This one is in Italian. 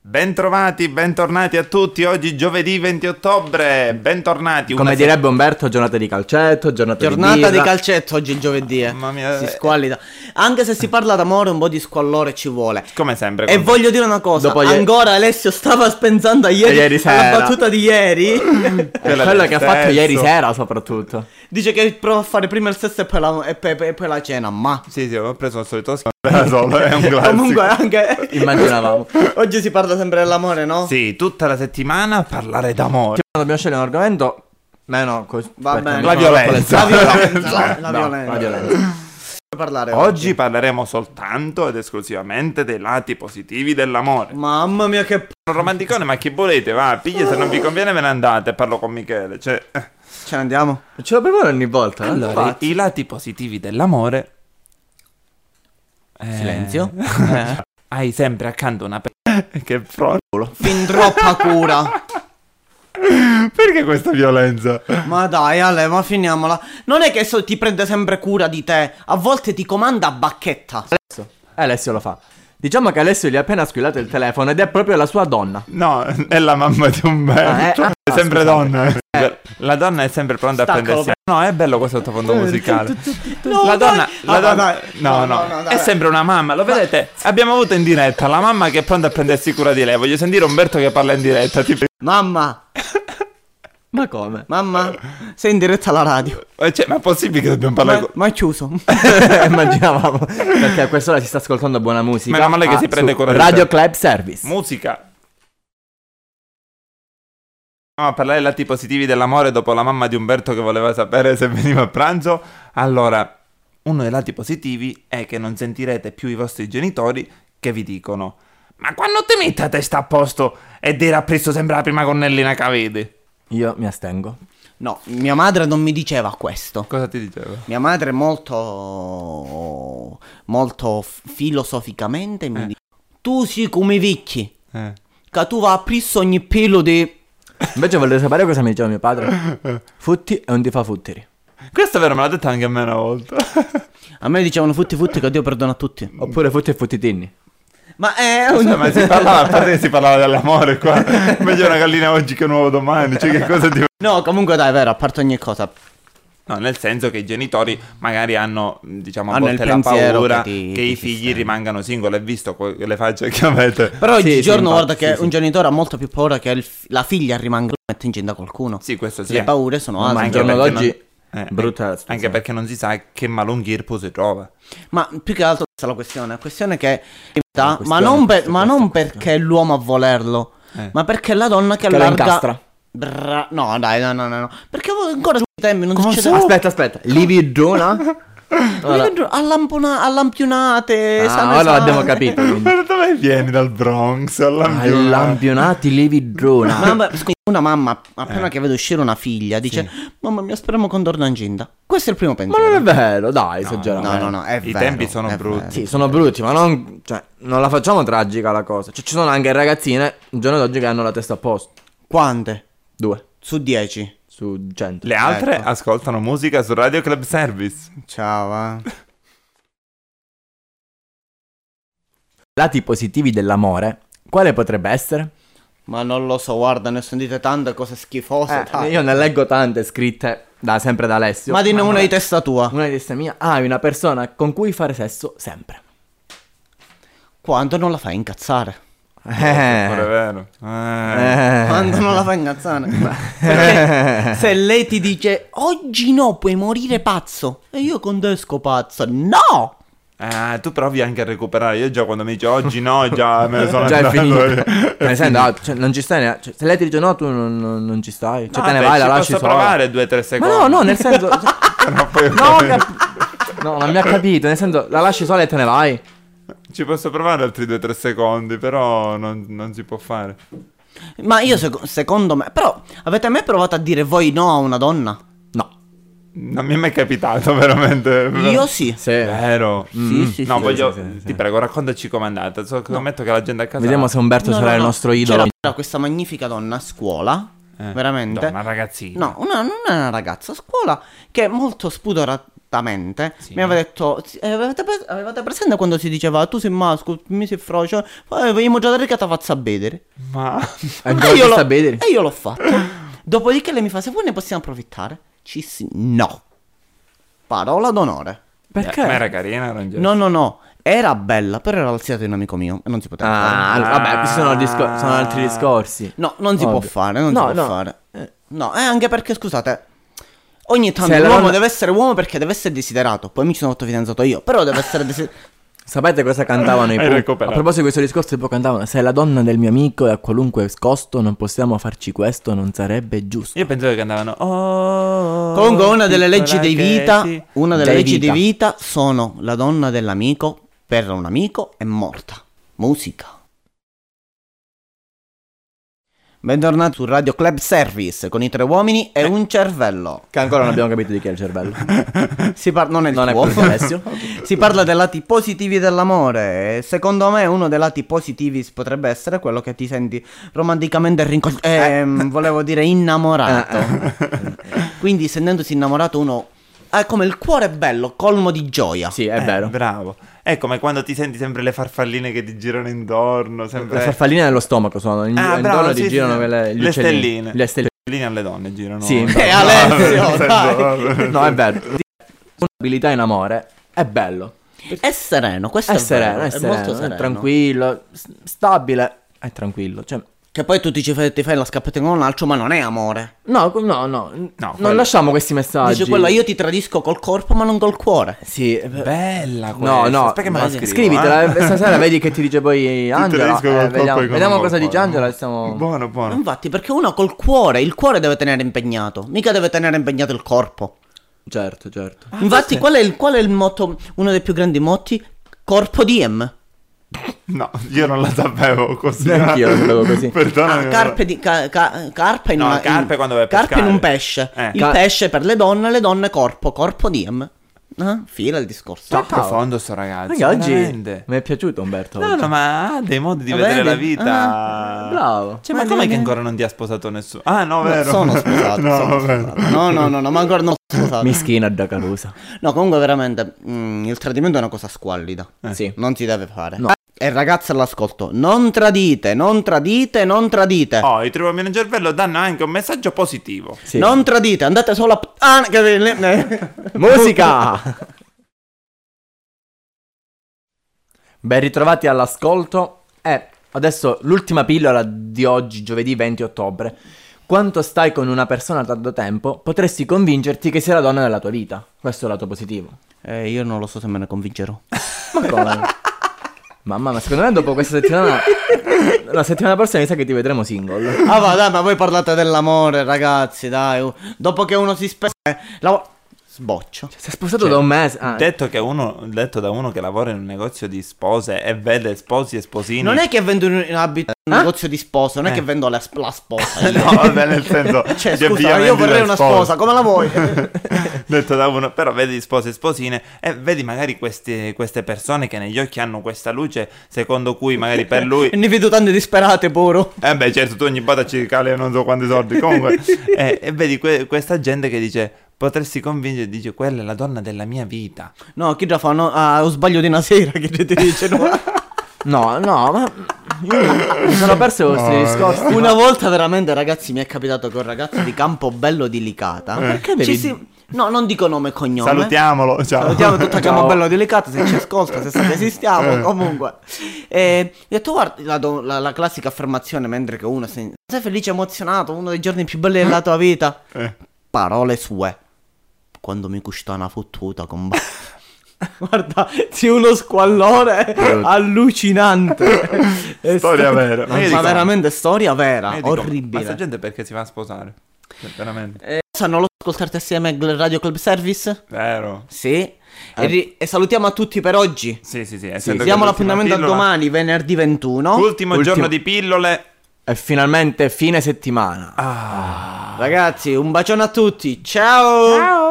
Bentrovati, bentornati a tutti. Oggi giovedì 20 ottobre. Bentornati. Come direbbe Umberto, giornata di calcetto, giornata di calcetto oggi il giovedì. Mamma mia. Si squallida. Anche se si parla d'amore, un po' di squallore ci vuole. Come sempre. E voglio dire una cosa. Dopo ancora Alessio stava pensando a ieri sera. alla battuta di ieri. Quello che ha fatto ieri sera soprattutto. Dice che prova a fare prima il sesso e poi la cena. Ma sì, ho preso il solito solo. È un classico. comunque anche Immaginavamo. oggi si parla sempre dell'amore, no? Sì, tutta la settimana a parlare d'amore. Dobbiamo scegliere un argomento meno Va bene. La violenza. La violenza. Parlare Oggi parleremo soltanto ed esclusivamente dei lati positivi dell'amore. Mamma mia che Un romanticone, ma chi volete? Va, piglia, se non vi conviene ve ne andate. Parlo con Michele. Ce ne andiamo. Ce lo preparo ogni volta. Allora, i lati positivi dell'amore. Silenzio. Hai sempre accanto una persona che frotto. Fin troppa cura. Perché questa violenza? Ma dai Ale, ma finiamola. Non è che ti prende sempre cura di te. A volte ti comanda a bacchetta. Alessio lo fa. Diciamo che Alessio gli ha appena squillato il telefono ed è proprio la sua donna. No, è la mamma di Umberto. È sempre donna. La donna è sempre pronta a prendersi. No, è bello questo sottofondo musicale. No, la donna, dai. No, è sempre una mamma. Lo vedete? Abbiamo avuto in diretta la mamma che è pronta a prendersi cura di lei. Voglio sentire Umberto che parla in diretta. Tipo... Mamma. Ma come? Mamma, sei in diretta alla radio. Cioè, ma è possibile che dobbiamo parlare? Ma è chiuso. Immaginavamo. Perché a quest'ora si sta ascoltando buona musica. Meno male che si prende cura di Radio te. Club Service. Musica. No, a parlare dei lati positivi dell'amore dopo la mamma di Umberto che voleva sapere se veniva a pranzo. Allora, uno dei lati positivi è che non sentirete più i vostri genitori che vi dicono: ma quando ti metti a testa a posto e dire a presto sembra la prima gonnellina che vedi? Io mi astengo. No, mia madre non mi diceva questo. Cosa ti diceva? Mia madre molto filosoficamente mi dice: tu sei come i vecchi, che tu va a presso ogni pelo di... Invece volevo sapere cosa mi diceva mio padre. Futti e non ti fa futteri. Questo è vero, me l'ha detto anche a me una volta. A me dicevano futti che Dio perdona a tutti. Oppure futti e futtitinni. Ma è ma si parlava dell'amore qua. Meglio una gallina oggi che un uovo domani. Cioè, che cosa ti... No, comunque dai, è vero, a parte ogni cosa. No, nel senso che i genitori magari hanno, diciamo, a Hanno volte il la pensiero paura che che i figli rimangano singoli. Hai visto le facce che avete? Però oggigiorno guarda che sì. un genitore ha molto più paura che la figlia rimanga mette incinta qualcuno. Sì, questo sì. Le paure sono altre. Ma al giorno d'oggi brutta anche perché non si sa che malunghirpo si trova. Ma più che altro questa è la questione. La questione è che ma non perché è l'uomo a volerlo, ma perché è la donna che allarga. No, dai, no. Perché ancora su tempi non succede. Aspetta. Lividrona? Allampionate. Ora l'abbiamo capito. Ma dove vieni dal Bronx? Allampionati Lividrona. Una mamma appena che vede uscire una figlia dice: mamma mia, speriamo con torna incinta. Questo è il primo pensiero. Ma non è vero, dai, esagerato. No, è I vero, tempi sono brutti. Vero. Sì, sono brutti, ma non la facciamo tragica la cosa. Cioè, ci sono anche ragazzine il giorno d'oggi che hanno la testa a posto. Quante? 2 su 10 su 100. Le altre ascoltano musica su Radio Club Service. Ciao. Lati positivi dell'amore, quale potrebbe essere? Ma non lo so, guarda, ne ho sentite tante cose schifose. Io ne leggo tante scritte sempre da Alessio. Ma dinne una di testa tua. Una di testa mia. Hai una persona con cui fare sesso sempre. Quando non la fai incazzare. Pure vero. Quando non la fai incazzare. Perché se lei ti dice oggi no, puoi morire pazzo, e io contesco pazzo. No! Tu provi anche a recuperare. Io già quando mi dice oggi no, già me ne sono già andato. È finito. Cioè, non ci stai neanche. Cioè, se lei ti dice no, tu non ci stai. Cioè, te ne vai, la lasci posso sola. provare 2-3 secondi. Ma no, nel senso. No, non mi ha capito. Nel senso, la lasci sola e te ne vai. Ci posso provare altri 2-3 secondi, però non si può fare. Ma io secondo me. Però avete mai provato a dire voi no a una donna? No. Non mi è mai capitato, veramente. Io sì. Vero? Sì. No, ti prego, raccontaci com'è andata. Scommetto che la gente a casa... Vediamo se Umberto sarà il nostro idolo. C'era questa magnifica donna a scuola. Veramente. Una ragazzina. No, non è una ragazza a scuola che è molto apertamente, mi aveva detto, avevate presente quando si diceva tu sei maschio, mi sei frocio, vogliamo già dare che ti faccia vedere. Ma E io l'ho fatto. Dopodiché lei mi fa, se vuoi ne possiamo approfittare. No. Parola d'onore. Perché? Ma era carina, era un gesto. No. Era bella, però era alziato di un amico mio e non si poteva fare. Vabbè, questi sono altri discorsi. No, non si può fare, non si può fare. No, anche perché, scusate, ogni tanto Se la l'uomo donna- deve essere uomo perché deve essere desiderato. Poi mi sono fatto fidanzato io, però deve essere desiderato. Sapete cosa cantavano i Hai Pooh? recuperato. A proposito di questo discorso, i Pooh cantavano: se la donna del mio amico è a qualunque costo, non possiamo farci questo, non sarebbe giusto. Io pensavo che andavano. Oh, Comunque una delle leggi piccola di vita, Katie. una delle Di leggi di vita. vita sono la donna dell'amico per un amico è morta. Musica. Bentornati su Radio Club Service con i 3 uomini e un cervello. Che ancora non abbiamo capito di chi è il cervello. Non è il Non è tuo. quello di Alessio. Si parla dei lati positivi dell'amore. E secondo me uno dei lati positivi potrebbe essere quello che ti senti romanticamente volevo dire innamorato. Quindi sentendosi innamorato uno ha come il cuore bello, colmo di gioia. Sì, è vero. Bravo. È come quando ti senti sempre le farfalline che ti girano intorno. Sempre... Le farfalline nello stomaco sono. Intorno ti girano le gli uccellini. stelline. Le stelline. Le stelline alle donne girano. Sì, Alessio, dai. No, è vero. Un'abilità in amore è bello. È sereno, questo È è, sereno, vero, è sereno, molto sereno. è tranquillo, stabile, è tranquillo. Cioè, Che poi tu ti fai la scappata con un altro, ma non è amore. no, quello- non lasciamo questi messaggi. Dice quella, io ti tradisco col corpo, ma non col cuore. Sì, Bella questa. no, Aspetta che me la vedi. scrivo. scrivitela stasera, vedi che ti dice poi Angela. tradisco col corpo Vediamo, e con vediamo col cosa cuore. dice Angela. E stiamo... Buono, buono. Infatti, perché uno col cuore, il cuore deve tenere impegnato, mica deve tenere impegnato il corpo. Certo. Infatti, qual è il motto, uno dei più grandi motti? Corpo diem. No, io non la sapevo così. Neanch'io la sapevo così. Perdonami. Carpe in No, una, carpe quando vai a carpe in pescare. un pesce. Il Ca- pesce per le donne corpo diem. Fila il discorso. È profondo sto ragazzo. Anche oggi veramente. mi è piaciuto Umberto. No, oggi. no, ma ha dei modi di Lo vedere vedi? la vita. Bravo. Cioè, ma com'è che ancora non ti ha sposato nessuno? Ah, no, No, vero. sono sposato. No, sono vabbè. sposato. No, ma ancora non sono sposato. Mischina da Carusa. No, comunque veramente il tradimento è una cosa squallida. Sì. Non si deve fare. No. E ragazzi all'ascolto, non tradite. Oh, i 3 uomini nel cervello danno anche un messaggio positivo. Sì. Non tradite, andate solo a... Musica! Ben ritrovati all'ascolto. Adesso l'ultima pillola di oggi, giovedì 20 ottobre. Quanto stai con una persona da tanto tempo, potresti convincerti che sia la donna della tua vita. Questo è il lato positivo. Io non lo so se me ne convincerò. Ma come? Mamma, ma secondo me dopo questa settimana, la settimana prossima mi sa che ti vedremo single. Ah va dai, ma voi parlate dell'amore ragazzi, dai. Dopo che uno si spese sboccio. Si è sposato da un mese. Ah, Detto da uno che lavora in un negozio di spose e vede sposi e sposini. Non è che vendo un negozio di spose, non è che vendo la sposa. io. No, vabbè, nel senso. Cioè, gli scusa, abbigliamenti io vorrei da una sposa. sposa, come la vuoi? Detto da uno, però vedi spose e sposine e vedi magari queste persone che negli occhi hanno questa luce secondo cui magari per lui E ne vedo tante disperate, puro. beh certo tu ogni volta ci cali non so quanti soldi comunque e vedi questa gente che dice potresti convincere, dice quella è la donna della mia vita. No, chi già fa? No, ho sbaglio di una sera che ti dice no. no, ma io mi sono perso questi discorsi. Una volta veramente ragazzi mi è capitato con un ragazzo di Campobello di Licata. Perché devi... No, non dico nome e cognome. Salutiamolo, ciao. Salutiamo tutta Ciao. Campobello di Licata se ci ascolta, se sa che esistiamo, comunque. E ho detto guarda la classica affermazione mentre che uno sei felice emozionato, uno dei giorni più belli della tua vita. Parole sue. Quando mi custa una fottuta con guarda, sì, uno squallore allucinante. Storia vera. Ma veramente storia vera, Io dico, orribile. ma sta gente perché si va a sposare? Cioè, veramente. Sanno lo ascoltarti assieme al Radio Club Service? Vero. Sì. E salutiamo a tutti per oggi. Sì. Diamo l'appuntamento a domani, venerdì 21. Ultimo giorno di pillole. E finalmente fine settimana. Ragazzi, un bacione a tutti. Ciao.